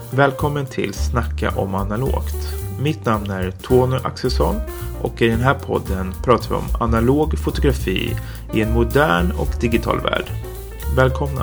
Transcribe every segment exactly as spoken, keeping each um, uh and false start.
Välkommen till Snacka om analogt. Mitt namn är Tony Axelsson och i den här podden pratar vi om analog fotografi i en modern och digital värld. Välkomna!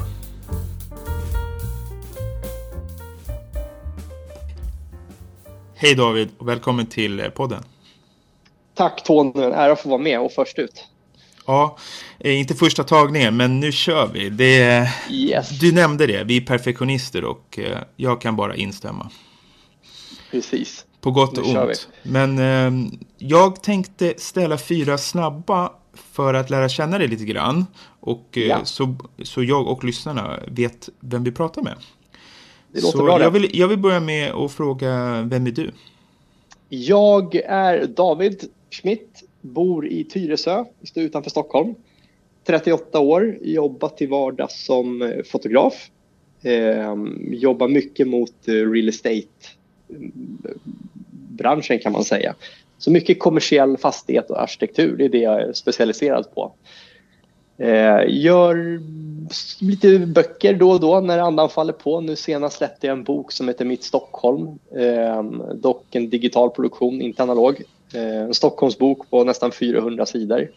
Hej David och välkommen till podden. Tack Tony, en ära att få vara med och först ut. Ja, inte första tagningen, men nu kör vi. Det, yes. Du nämnde det, vi är perfektionister och jag kan bara instämma. Precis. På gott och ont. Men eh, jag tänkte ställa fyra snabba för att lära känna dig lite grann. Och eh, ja. så, så jag och lyssnarna vet vem vi pratar med. Det låter så bra. Jag vill, jag vill börja med att fråga, vem är du? Jag är David Schmidt. Bor i Tyresö, står utanför Stockholm. trettioåtta år, jobbat till vardags som fotograf. Eh, jobbar mycket mot real estate-branschen kan man säga. Så mycket kommersiell fastighet och arkitektur, det är det jag är specialiserad på. Eh, gör lite böcker då och då när andan faller på. Nu senast släppte jag en bok som heter Mitt Stockholm. Eh, dock en digital produktion, inte analog. En Stockholmsbok på nästan fyrahundra sidor.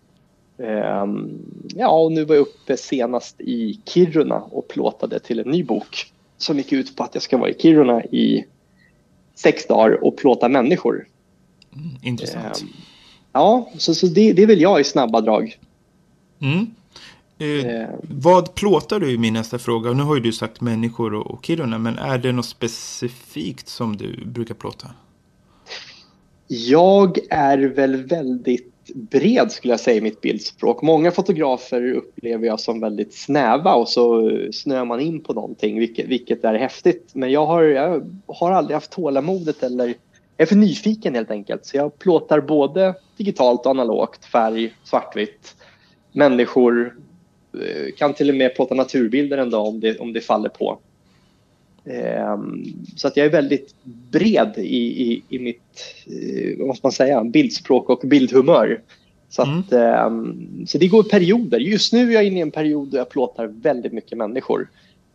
Ja, och nu var jag uppe senast i Kiruna och plåtade till en ny bok som gick ut på att jag ska vara i Kiruna i sex dagar och plåta människor. Mm, intressant. Ja, så, så det, det är väl jag i snabba drag. Mm. Eh, eh. Vad plåtar du i min nästa fråga? Nu har ju du sagt människor och, och Kiruna, men är det något specifikt som du brukar plåta? Jag är väl väldigt bred skulle jag säga i mitt bildspråk. Många fotografer upplever jag som väldigt snäva och så snöar man in på någonting, vilket, vilket är häftigt. Men jag har, jag har aldrig haft tålamodet eller jag är för nyfiken helt enkelt. Så jag plåtar både digitalt och analogt, färg, svartvitt, människor, kan till och med plåta naturbilder en dag om det, om det faller på. Så att jag är väldigt bred i, i, i mitt vad måste man säga, bildspråk och bildhumör. Så, att, mm. så det går i perioder. Just nu är jag inne i en period där jag plåtar väldigt mycket människor.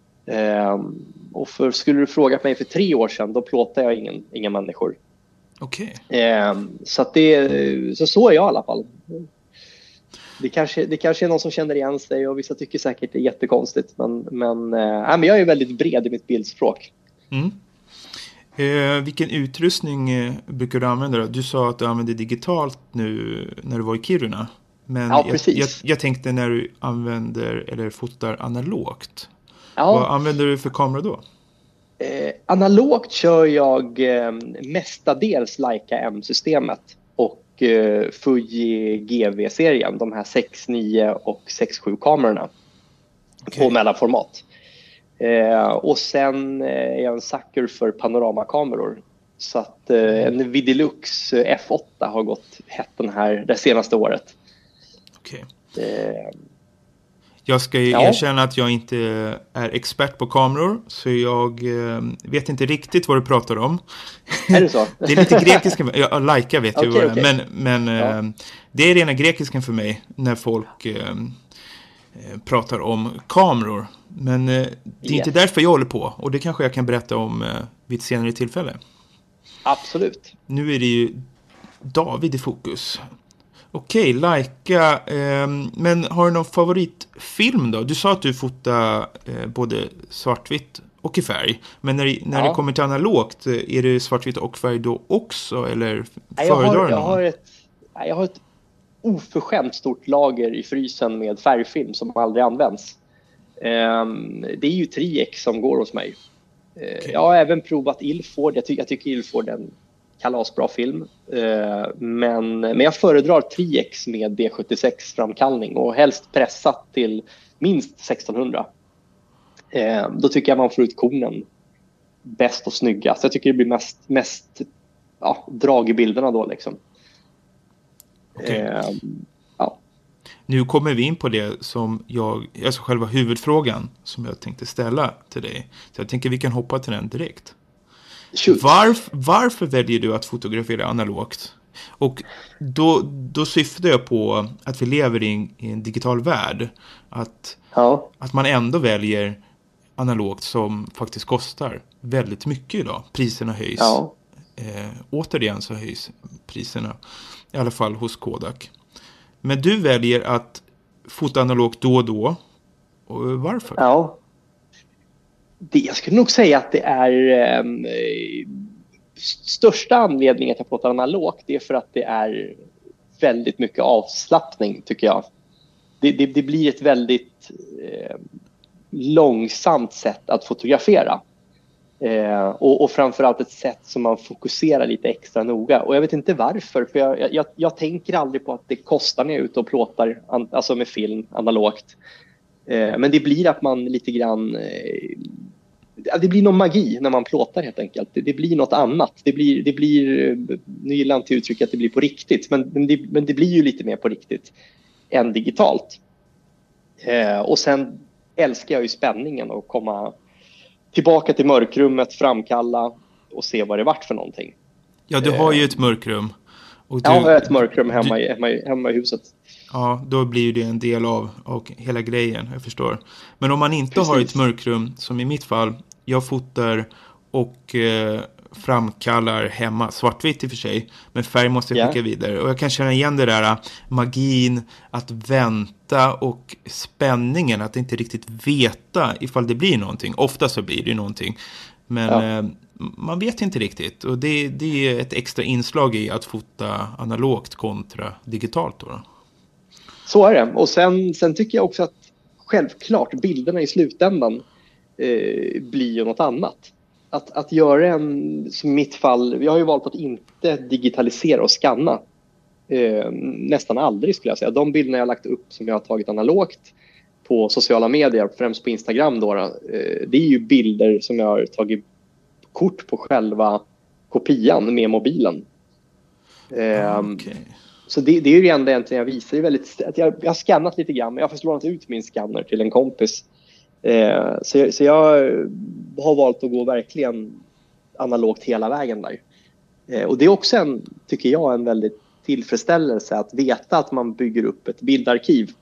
Och för, skulle du frågat mig för tre år sedan, då plåtar jag ingen, inga människor. Okej. Okay. Så, att det, så så är jag i alla fall. Det kanske, det kanske är någon som känner igen sig och vissa tycker säkert det är jättekonstigt. Men, men, äh, men jag är väldigt bred i mitt bildspråk. Mm. Eh, vilken utrustning eh, brukar du använda då? Du sa att du använde digitalt nu när du var i Kiruna. Men ja, jag, jag, jag tänkte när du använder eller fotar analogt. Ja. Vad använder du för kamera då? Eh, analogt kör jag eh, mestadels Leica M-systemet. Och Fuji G V-serien, de här sex nio och sex sju kamerorna. Okay. På mellanformat. Eh, och sen är jag en sucker för panoramakameror. Så att eh, en Vidilux F åtta har gått hett den här det senaste året. Okej. Okay. Eh, jag ska ja. erkänna att jag inte är expert på kameror, så jag eh, vet inte riktigt vad du pratar om. Är det så? Det är lite grekiska, ja, Leica vet okay, ju vad okay. men, men ja. eh, det är rena grekiskan för mig när folk eh, pratar om kameror. Men eh, det är yes. inte därför jag håller på, och det kanske jag kan berätta om eh, vid ett senare tillfälle. Absolut. Nu är det ju David i fokus. Okej, Leica. Eh, men har du någon favoritfilm då? Du sa att du fotar eh, både svartvitt och i färg. Men när, när ja. det kommer till analogt, är det svartvitt och färg då också? Eller Nej, jag, har, jag, har ett, jag har ett oförskämt stort lager i frysen med färgfilm som aldrig används. Eh, det är ju Tri-X som går hos mig. Eh, okay. Jag har även provat Ilford. Jag, ty- jag tycker Ilford är en kalasbra film. Eh, men, men jag föredrar Tri-X med D sjuttiosex-framkallning och helst pressat till minst sextonhundra. Eh, då tycker jag man får ut kornen bäst och snyggast. Jag tycker det blir mest, mest ja, drag i bilderna då liksom. Okay. Eh, ja. Nu kommer vi in på det som jag, alltså själva huvudfrågan som jag tänkte ställa till dig. Så jag tänker vi kan hoppa till den direkt. Varf, varför väljer du att fotografera analogt? Och då, då syftar jag på att vi lever i en, i en digital värld. Att, ja. att man ändå väljer analogt som faktiskt kostar väldigt mycket idag. Priserna höjs. Ja. Eh, återigen så höjs priserna. I alla fall hos Kodak. Men du väljer att fota analogt då och då. Och varför? Ja. Det, jag skulle nog säga att det är eh, största anledningen att jag fotar analogt, det är för att det är väldigt mycket avslappning, tycker jag. Det, det, det blir ett väldigt eh, långsamt sätt att fotografera. Eh, och, och framförallt ett sätt som man fokuserar lite extra noga. Och jag vet inte varför, för jag, jag, jag tänker aldrig på att det kostar när jag är ute och plåtar, an, alltså med film analogt. Eh, men det blir att man lite grann... Eh, det blir någon magi när man plåtar helt enkelt. Det, det blir något annat. Det blir, det blir, nu gillar jag inte uttrycket att det blir på riktigt, men, men, det, men det blir ju lite mer på riktigt än digitalt. Eh, och sen älskar jag ju spänningen och komma tillbaka till mörkrummet, framkalla och se vad det vart för någonting. Ja, du har ju ett mörkrum. Och du, jag har ett mörkrum hemma, du, i, hemma, i, hemma i huset. Ja, då blir det en del av, av hela grejen, jag förstår. Men om man inte Precis. har ett mörkrum, som i mitt fall, jag fotar och eh, framkallar hemma, svartvitt i och för sig, men färg måste jag skicka yeah. vidare. Och jag kan känna igen det där magin, att vänta och spänningen, att inte riktigt veta ifall det blir någonting. Ofta så blir det någonting, men ja. eh, man vet inte riktigt. Och det, det är ett extra inslag i att fota analogt kontra digitalt då. då. Så är det. Och sen, sen tycker jag också att självklart bilderna i slutändan eh, blir ju något annat. Att, att göra en, som i mitt fall, jag har ju valt att inte digitalisera och scanna. Eh, nästan aldrig skulle jag säga. De bilderna jag har lagt upp som jag har tagit analogt på sociala medier, främst på Instagram då, eh, det är ju bilder som jag har tagit kort på själva kopian med mobilen. Eh, okay. Så det, det är ju det enda egentligen jag visar. Det är väldigt, att jag, jag har skannat lite grann, men jag har fått lånat ut min scanner till en kompis. Eh, så, jag, så jag har valt att gå verkligen analogt hela vägen där. Eh, och det är också en, tycker jag, en väldigt tillfredsställelse att veta att man bygger upp ett bildarkiv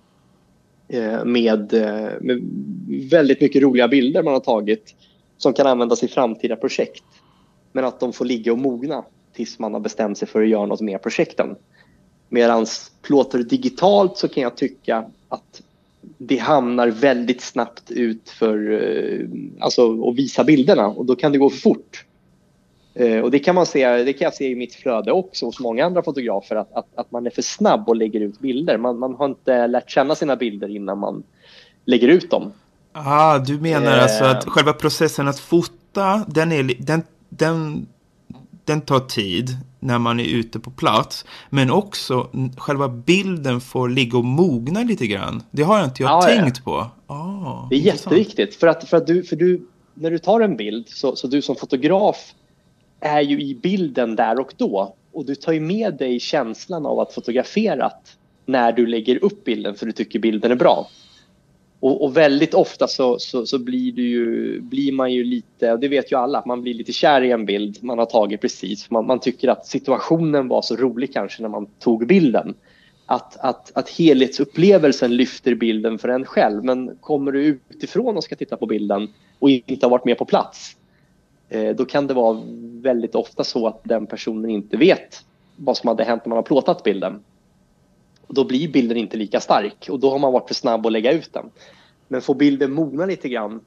eh, med, med väldigt mycket roliga bilder man har tagit som kan användas i framtida projekt. Men att de får ligga och mogna tills man har bestämt sig för att göra något mer projekten. Medan plåtar digitalt så kan jag tycka att det hamnar väldigt snabbt ut för alltså, att visa bilderna. Och då kan det gå för fort. Och det kan man se, det kan jag se i mitt flöde också hos många andra fotografer. Att, att, att man är för snabb och lägger ut bilder. Man, man har inte lärt känna sina bilder innan man lägger ut dem. Ah, du menar eh, alltså att själva processen att fota, den, är, den, den, den tar tid när man är ute på plats, men också själva bilden får ligga och mogna lite grann. Det har jag inte jag ja, tänkt ja. på. Ah, det är intressant. Jätteviktigt, för att, för att du, för du, när du tar en bild så, så du som fotograf är ju i bilden där och då, och du tar ju med dig känslan av att fotograferat när du lägger upp bilden för du tycker bilden är bra. Och, och väldigt ofta så, så, så blir, du ju, blir man ju lite, och det vet ju alla, att man blir lite kär i en bild man har tagit precis. Man, man tycker att situationen var så rolig kanske när man tog bilden. Att, att, att helhetsupplevelsen lyfter bilden för en själv. Men kommer du utifrån och ska titta på bilden och inte har varit med på plats, eh, då kan det vara väldigt ofta så att den personen inte vet vad som hade hänt när man har plåtat bilden. Och då blir bilden inte lika stark. Och då har man varit för snabb att lägga ut den. Men får bilden mogna lite grann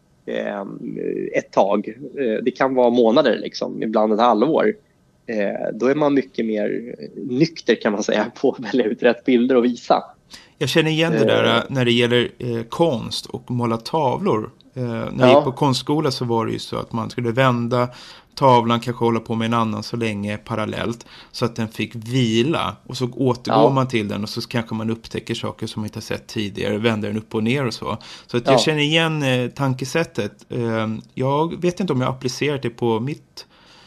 eh, ett tag. Eh, det kan vara månader liksom. Ibland ett halvår. Eh, då är man mycket mer nykter kan man säga. På att välja ut rätt bilder och visa. Jag känner igen det där eh. när det gäller eh, konst och måla tavlor. Eh, när ja. jag gick på konstskola så var det ju så att man skulle vända tavlan, kanske hålla på med en annan så länge parallellt så att den fick vila, och så återgår ja. man till den och så kanske man upptäcker saker som man inte har sett tidigare, vänder den upp och ner och så. Så att ja. jag känner igen eh, tankesättet. Eh, jag vet inte om jag applicerat det på mitt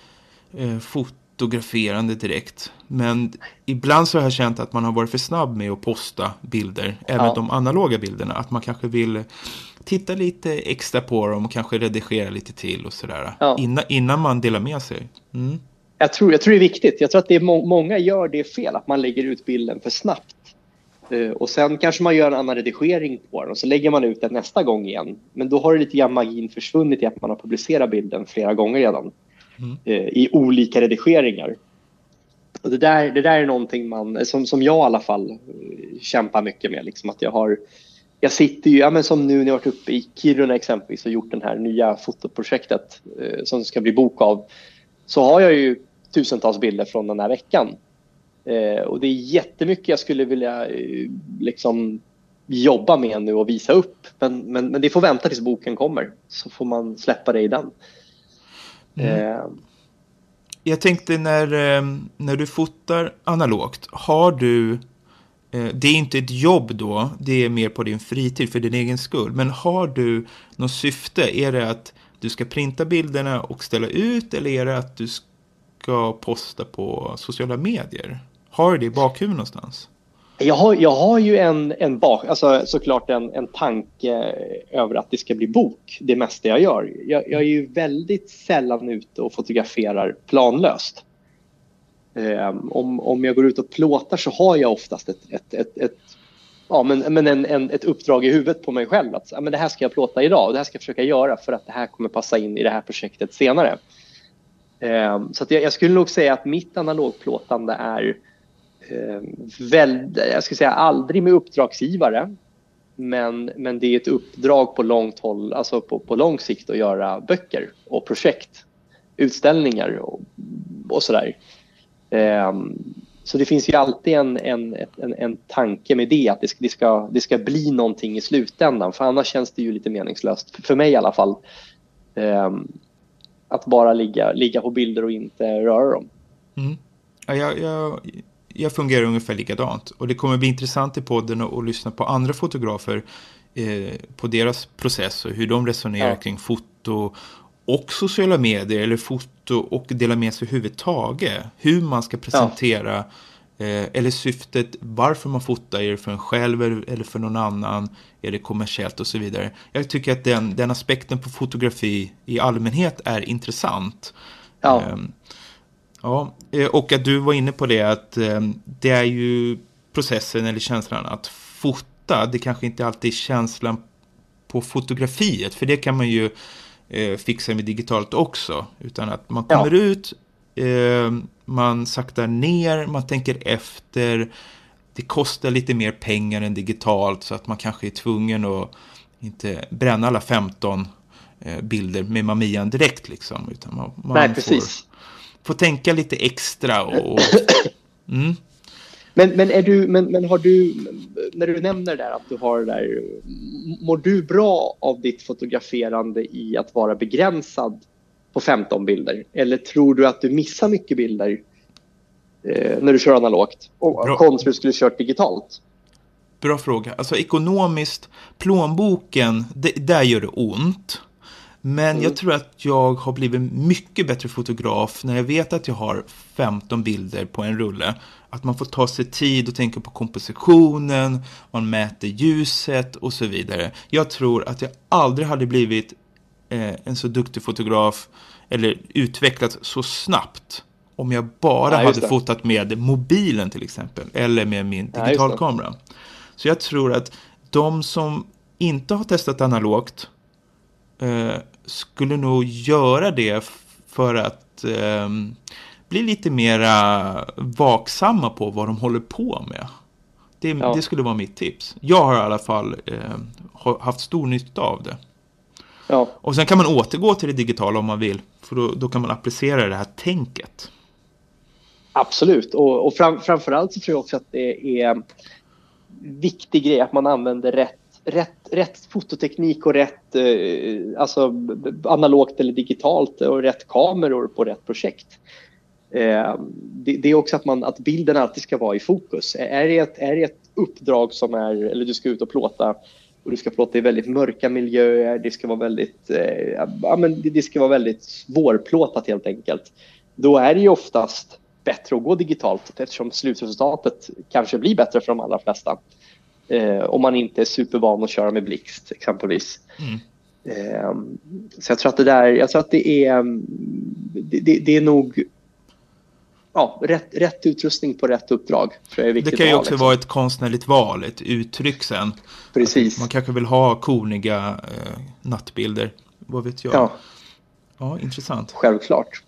eh, fotograferande direkt, men ibland så har jag känt att man har varit för snabb med att posta bilder, även ja. de analoga bilderna, att man kanske vill titta lite extra på dem och kanske redigera lite till och sådär. Ja. Innan, innan man delar med sig. Mm. Jag, tror, jag tror det är viktigt. Jag tror att det är må- många gör det fel. Att man lägger ut bilden för snabbt. Uh, och sen kanske man gör en annan redigering på den och så lägger man ut den nästa gång igen. Men då har det lite grann magin försvunnit i att man har publicerat bilden flera gånger redan. Mm. Uh, I olika redigeringar. Och det där, det där är någonting man, som, som jag i alla fall kämpar mycket med. Liksom att jag har, jag sitter ju, ja, men som nu när jag varit uppe i Kiruna exempelvis och gjort den här nya fotoprojektet eh, som ska bli bok av. Så har jag ju tusentals bilder från den här veckan. Eh, och det är jättemycket jag skulle vilja eh, liksom jobba med nu och visa upp. Men, men, men det får vänta tills boken kommer. Så får man släppa det i den. Mm. Eh, Jag tänkte när, när du fotar analogt, har du, det är inte ett jobb då, det är mer på din fritid för din egen skull, men har du något syfte? Är det att du ska printa bilderna och ställa ut eller är det att du ska posta på sociala medier? Har du det i bakhuvudet någonstans? Jag har, jag har ju en, en bak, alltså såklart en, en tanke över att det ska bli bok, det mesta jag gör. Jag, jag är ju väldigt sällan ute och fotograferar planlöst. Um, om, om jag går ut och plåtar så har jag oftast ett, ett, ett, ett, ja, men, men en, en, ett uppdrag i huvudet på mig själv. Att ja, men det här ska jag plåta idag och det här ska jag försöka göra för att det här kommer passa in i det här projektet senare. Um, så att jag, jag skulle nog säga att mitt analogplåtande är Väl, jag ska säga aldrig med uppdragsgivare, men, men det är ett uppdrag på långt håll, alltså på, på lång sikt att göra böcker och projekt, utställningar och, och sådär. Um, så det finns ju alltid en, en, en, en tanke med det, att det ska, det, ska, det ska bli någonting i slutändan, för annars känns det ju lite meningslöst, för mig i alla fall, um, att bara ligga, ligga på bilder och inte röra dem. Mm. Ja, jag... jag... Jag fungerar ungefär likadant. Och det kommer bli intressant i podden att, att lyssna på andra fotografer eh, på deras process och hur de resonerar ja. kring foto och sociala medier eller foto och dela med sig överhuvudtaget. Hur man ska presentera ja. eh, eller syftet, varför man fotar, är det för en själv eller för någon annan, är det kommersiellt och så vidare. Jag tycker att den, den aspekten på fotografi i allmänhet är intressant. Ja. Eh, Ja, och att du var inne på det att det är ju processen eller känslan att fota, det kanske inte alltid är känslan på fotografiet, för det kan man ju eh, fixa med digitalt också, utan att man kommer ja. ut, eh, man saktar ner, man tänker efter, det kostar lite mer pengar än digitalt så att man kanske är tvungen att inte bränna alla femton eh, bilder med Mamian direkt liksom, utan man, man Nej, precis. Får, får tänka lite extra och... och mm. Men, men, är du, men, men har du, när du nämner där att du har det där, mår du bra av ditt fotograferande i att vara begränsad på femton bilder? Eller tror du att du missar mycket bilder eh, när du kör analogt och kontra du skulle kört digitalt? Bra fråga. Alltså ekonomiskt, plånboken, det, där gör det ont. Men mm. jag tror att jag har blivit mycket bättre fotograf när jag vet att jag har femton bilder på en rulle. Att man får ta sig tid och tänka på kompositionen, man mäter ljuset och så vidare. Jag tror att jag aldrig hade blivit eh, en så duktig fotograf eller utvecklats så snabbt om jag bara ja, hade fotat med mobilen till exempel eller med min digitalkamera. Ja, så jag tror att de som inte har testat analogt eh, skulle nog göra det för att eh, bli lite mera vaksamma på vad de håller på med. Det, ja. det skulle vara mitt tips. Jag har i alla fall eh, haft stor nytta av det. Ja. Och sen kan man återgå till det digitala om man vill. För då, då kan man applicera det här tänket. Absolut. Och, och fram, framförallt så tror jag också att det är viktig grej att man använder rätt Rätt, rätt fototeknik och rätt eh, alltså analogt eller digitalt och rätt kameror på rätt projekt. Eh, det, det är också att, man, att bilden alltid ska vara i fokus. Är det, ett, är det ett uppdrag som är, eller du ska ut och plåta och du ska plåta i väldigt mörka miljöer, det ska vara väldigt eh, ja, men det, det ska vara väldigt svårplåtat helt enkelt. Då är det ju oftast bättre att gå digitalt eftersom slutresultatet kanske blir bättre för de allra flesta. Eh, om man inte är supervan att köra med blixt exempelvis. Mm. Eh, så jag tror att det där, jag tror att det är det, det, det är nog ja, rätt, rätt utrustning på rätt uppdrag. Tror jag är viktigt. Det kan ju att ha, också liksom. vara ett konstnärligt val, ett uttryck sen. Precis. Man kanske vill ha koniga eh, nattbilder. Vad vet jag? Ja. Ja, intressant. Självklart.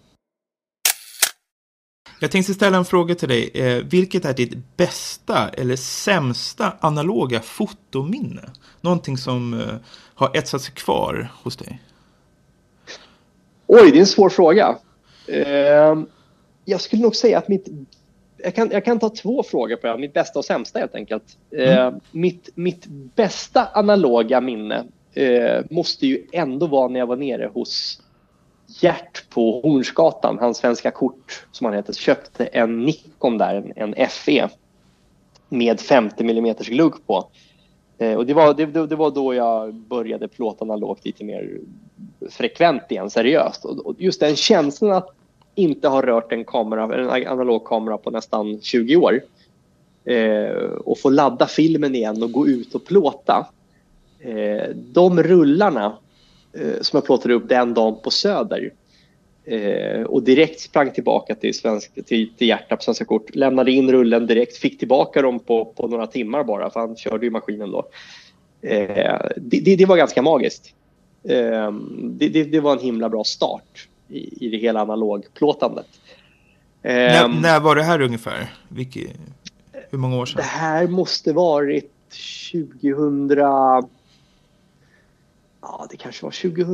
Jag tänkte ställa en fråga till dig. Eh, vilket är ditt bästa eller sämsta analoga fotominne? Någonting som eh, har etsat sig kvar hos dig? Oj, det är en svår fråga. Eh, jag skulle nog säga att mitt... Jag kan, jag kan ta två frågor på det. Mitt bästa och sämsta helt enkelt. Eh, mm. mitt, mitt bästa analoga minne eh, måste ju ändå vara när jag var nere hos Gert på Hornsgatan, hans Svenska Kort som han heter, köpte en Nikon där, en, en F E med femtio millimeter glugg på. Eh, och det var, det, det var då jag började plåta analogt lite mer frekvent igen, seriöst. Och, och just den känslan att inte ha rört en kamera, en analog kamera på nästan tjugo år eh, och få ladda filmen igen och gå ut och plåta. Eh, de rullarna som jag plåtade upp den dagen på Söder eh, och direkt sprang tillbaka till, svensk, till, till Hjärta på Svenska Kort, lämnade in rullen direkt, fick tillbaka dem på, på några timmar bara, för han körde ju maskinen då. Eh, det, det, det var ganska magiskt. Eh, det, det, det var en himla bra start i, i det hela analogplåtandet. Eh, när, när var det här ungefär? Vilke, hur många år sedan? Det här måste varit tjugohundra... Ja, det kanske var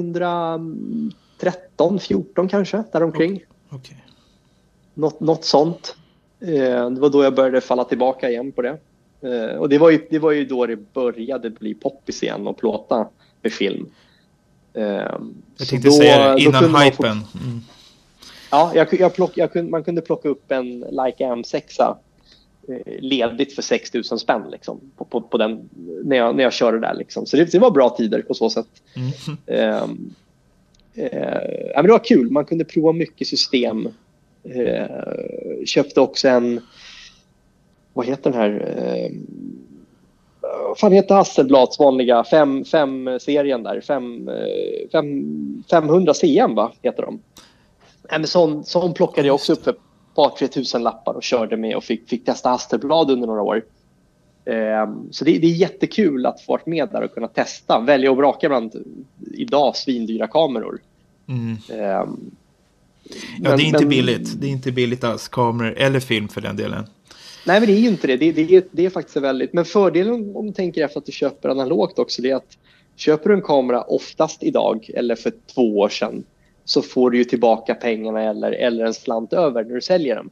tjugotretton, fjorton kanske, däromkring. Okay. Något, något sånt. Eh, det var då jag började falla tillbaka igen på det. Eh, och det var, ju, det var ju då det började bli poppis igen och plåta med film. Eh, jag tänkte då, säga det, innan hypen. Få... Mm. Ja, jag, jag plock, jag kunde, man kunde plocka upp en Leica M sex ledigt för sex tusen spänn liksom, på, på, på den, när, jag, när jag körde där. Liksom. Så det, det var bra tider på så sätt. Mm. Um, uh, ja, men det var kul. Man kunde prova mycket system. Uh, köpte också en... Vad heter den här? Uh, vad fan heter Hasselblads vanliga fem, fem serien där? Fem, uh, fem, femhundra C M, va? Heter de. Ja, men sån, sån plockade jag också upp för par tre tusen lappar och körde med och fick, fick testa Hasselblad under några år. Um, så det, det är jättekul att få vara med där och kunna testa, välja och braka bland idag svindyra kameror. Mm. Um, ja, men, det är inte men, billigt. Det är inte billigt alls, kameror eller film för den delen. Nej, men det är ju inte det. Det, det, är, det är faktiskt väldigt... Men fördelen om du tänker efter att du köper analogt också, det är att köper du en kamera oftast idag eller för två år sedan, så får du ju tillbaka pengarna eller, eller en slant över när du säljer den.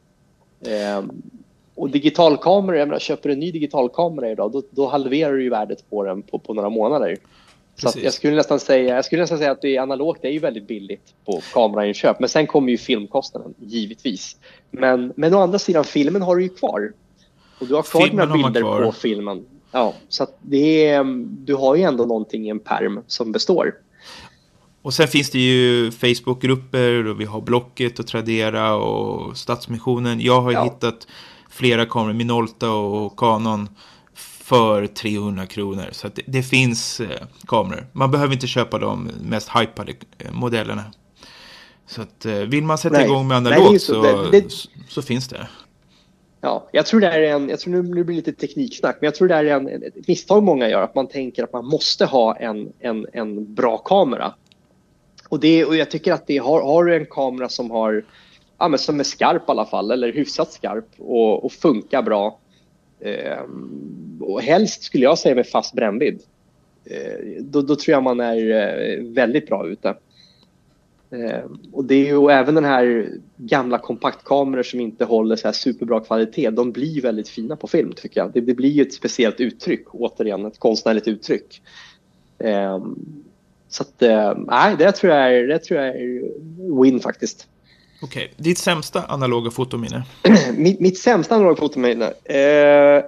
Ehm, och digitalkameror, jag menar, köper du en ny digitalkamera idag, då, då halverar du ju värdet på den på, på några månader. Så att jag skulle nästan säga, jag skulle nästan säga att det är analogt, det är ju väldigt billigt på kamerainköp. Men sen kommer ju filmkostnaden, givetvis. Men, men å andra sidan, filmen har du ju kvar. Och du har kvar filmen dina bilder kvar på filmen. Ja, så att det är, du har ju ändå någonting i en perm som består. Och sen finns det ju Facebookgrupper och vi har Blocket och Tradera och Stadsmissionen. Jag har ja. hittat flera kameror, Minolta och Canon, för trehundra kronor. Så att det, det finns eh, kameror. Man behöver inte köpa de mest hypade eh, modellerna. Så att eh, vill man sätta Nej. igång med analogt så, det, det... så, så finns det. Ja, jag tror det är en, jag tror nu, nu blir det lite tekniksnack, men jag tror det är en, ett misstag många gör, att man tänker att man måste ha en, en, en bra kamera. Och, det, och jag tycker att det har, har du en kamera som har, ja, men som är skarp i alla fall, eller hyfsat skarp och, och funkar bra, eh, och helst skulle jag säga med fast brännvidd, eh, då, då tror jag man är eh, väldigt bra ute. Eh, och det är ju även den här gamla kompaktkameror som inte håller så här superbra kvalitet, de blir väldigt fina på film, tycker jag. Det, det blir ju ett speciellt uttryck, återigen ett konstnärligt uttryck. Eh, så att, eh, nej, det tror jag är, det tror jag är win faktiskt. Okej, okay. Ditt sämsta analoga fotominne? mitt, mitt sämsta analoga fotominne, eh,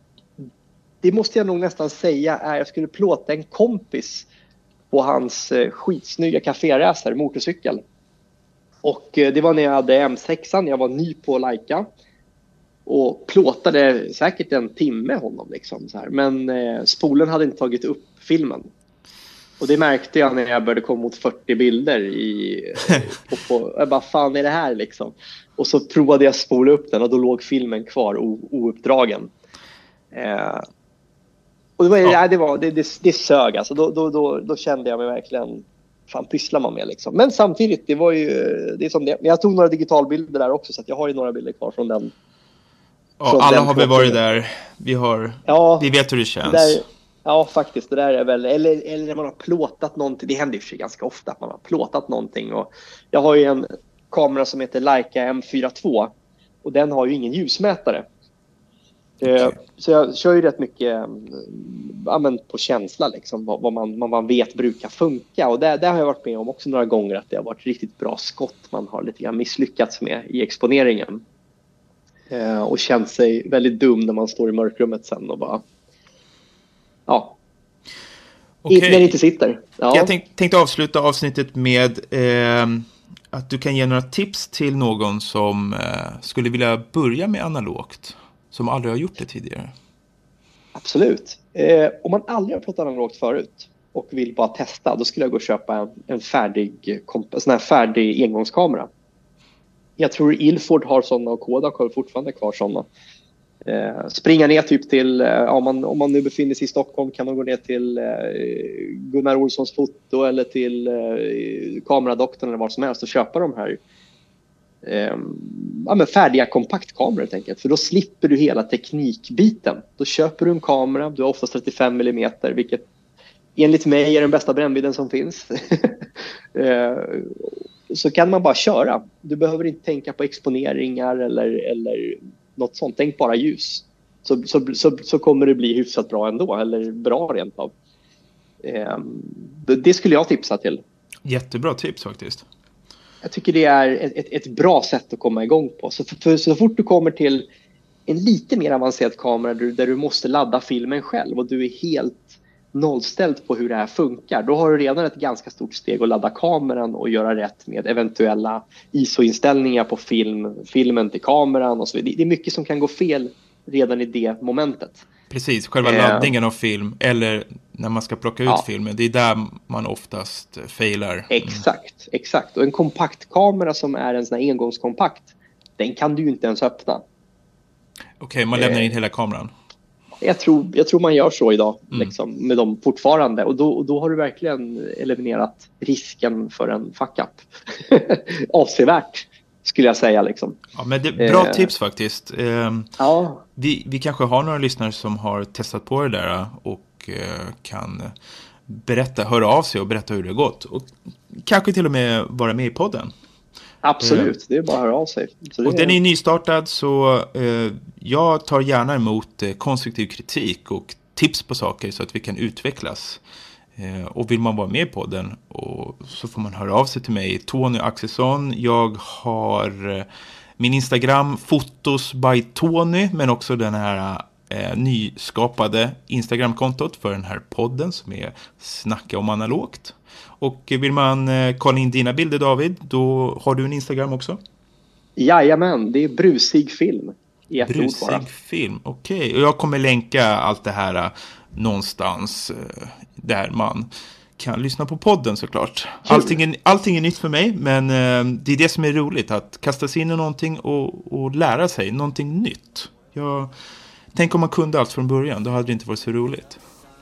det måste jag nog nästan säga är, jag skulle plåta en kompis på hans eh, skitsnygga kaféracer, motorcykel. Och eh, det var när jag hade M sex, jag var ny på Leica och plåtade säkert en timme honom liksom, så här. Men eh, spolen hade inte tagit upp filmen. Och det märkte jag när jag började komma mot fyrtio bilder i, på, på, jag bara, fan är det här liksom? Och så provade jag spola upp den och då låg filmen kvar o, ouppdragen. Eh, och det var, ja. nej, det, var det, det, det sög alltså. Då, då, då, då kände jag mig verkligen, fan pysslar man med liksom. Men samtidigt, det var ju, det är som det. Men jag tog några digitalbilder där också, så att jag har ju några bilder kvar från den. Ja, från alla den har vi varit där. Vi har, ja, vi vet hur det känns. Det där, ja, faktiskt. Det där är väl, eller, eller när man har plåtat någonting. Det händer ju för sig ganska ofta att man har plåtat någonting. Och jag har ju en kamera som heter Leica M fyrtiotvå. Och den har ju ingen ljusmätare. Okay. Så jag kör ju rätt mycket ja, men på känsla liksom, vad, vad, man, vad man vet brukar funka. Och där, där har jag varit med om också några gånger att det har varit riktigt bra skott man har lite grann misslyckats med i exponeringen. Eh, och känt sig väldigt dum när man står i mörkrummet sen och bara ja, okay. När det inte sitter. Ja. Jag tänk, tänkte avsluta avsnittet med eh, att du kan ge några tips till någon som eh, skulle vilja börja med analogt. Som aldrig har gjort det tidigare. Absolut. Eh, om man aldrig har plåtat analogt förut och vill bara testa, då skulle jag gå och köpa en, en färdig, en sån här färdig engångskamera. Jag tror Ilford har sådana och Kodak har fortfarande kvar sådana. Eh, springa ner typ till, eh, om, man, om man nu befinner sig i Stockholm kan man gå ner till eh, Gunnar Olssons foto eller till eh, kameradoktorn eller vad som helst och köpa de här eh, ja, men färdiga kompaktkameror helt enkelt. För då slipper du hela teknikbiten. Då köper du en kamera, du har oftast trettiofem millimeter, vilket enligt mig är den bästa brännvidden som finns. eh, så kan man bara köra. Du behöver inte tänka på exponeringar eller, eller något sånt. Tänk bara ljus. Så, så, så, så kommer det bli hyfsat bra ändå. Eller bra rent av. Eh, det, det skulle jag tipsa till. Jättebra tips faktiskt. Jag tycker det är ett, ett, ett bra sätt att komma igång på. Så, för, för, så fort du kommer till en lite mer avancerad kamera där, där du måste ladda filmen själv och du är helt nollställd på hur det här funkar, då har du redan ett ganska stort steg att ladda kameran och göra rätt med eventuella I S O-inställningar på film, filmen till kameran och så vidare. Det är mycket som kan gå fel redan i det momentet. Precis, själva eh. laddningen av film eller när man ska plocka ut ja. filmen, det är där man oftast failar. Mm. Exakt, exakt. Och en kompaktkamera som är en sån här engångskompakt, den kan du ju inte ens öppna. Okej, okay, man lämnar eh. in hela kameran. Jag tror, jag tror man gör så idag mm. liksom, med dem fortfarande. Och då, och då har du verkligen eliminerat risken för en fuck-up. Avsevärt, skulle jag säga. Liksom. Ja, men det är bra eh, tips faktiskt. Eh, ja. vi, vi kanske har några lyssnare som har testat på det där och eh, kan berätta, höra av sig och berätta hur det har gått. Och kanske till och med vara med i podden. Absolut, det är bara att höra av sig. Så och är... den är nystartad så eh, jag tar gärna emot eh, konstruktiv kritik och tips på saker så att vi kan utvecklas. Eh, och vill man vara med på den och så får man höra av sig till mig, Tony Axelsson. Jag har eh, min Instagram, Fotos by Tony, men också den här eh, nyskapade Instagramkontot för den här podden som är Snacka om analogt. Och vill man eh, kolla in dina bilder, David, då har du en Instagram också? Jajamän, det är Brusig film. I ett Brusig ord bara. film, okej. Okay. Och jag kommer länka allt det här uh, någonstans uh, där man kan lyssna på podden såklart. Allting är, allting är nytt för mig, men uh, det är det som är roligt. Att kasta sig in i någonting och, och lära sig någonting nytt. Jag, tänk om man kunde allt från början, då hade det inte varit så roligt.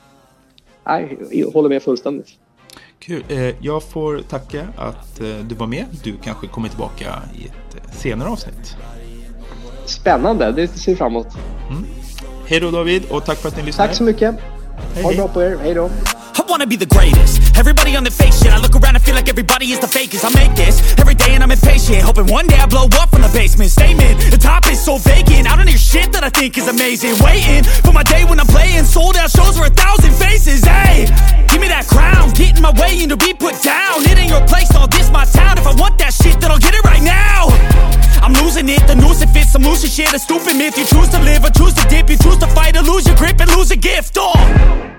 Nej, jag håller med fullständigt. Kul. Jag får tacka att du var med. Du kanske kommer tillbaka i ett senare avsnitt. Spännande, det ser vi fram emot. Mm. Hej då David och tack för att ni lyssnade. Tack så mycket. Hej, ha det bra på er, hej då. I wanna be the greatest. Everybody on the fake shit. I look around and feel like everybody is the fakest. I make this every day and I'm impatient, hoping one day I blow up from the basement. Statement, the top is so vacant. I don't hear shit that I think is amazing. Waiting for my day when I'm playing sold out shows for a thousand faces. Hey, give me that crown, get in my way and to be put down. It ain't your place, all this my town. If I want that shit, then I'll get it right now. I'm losing it, the noose it fits, some loose shit, a stupid myth. You choose to live or choose to dip, you choose to fight or lose your grip and lose a gift. Oh.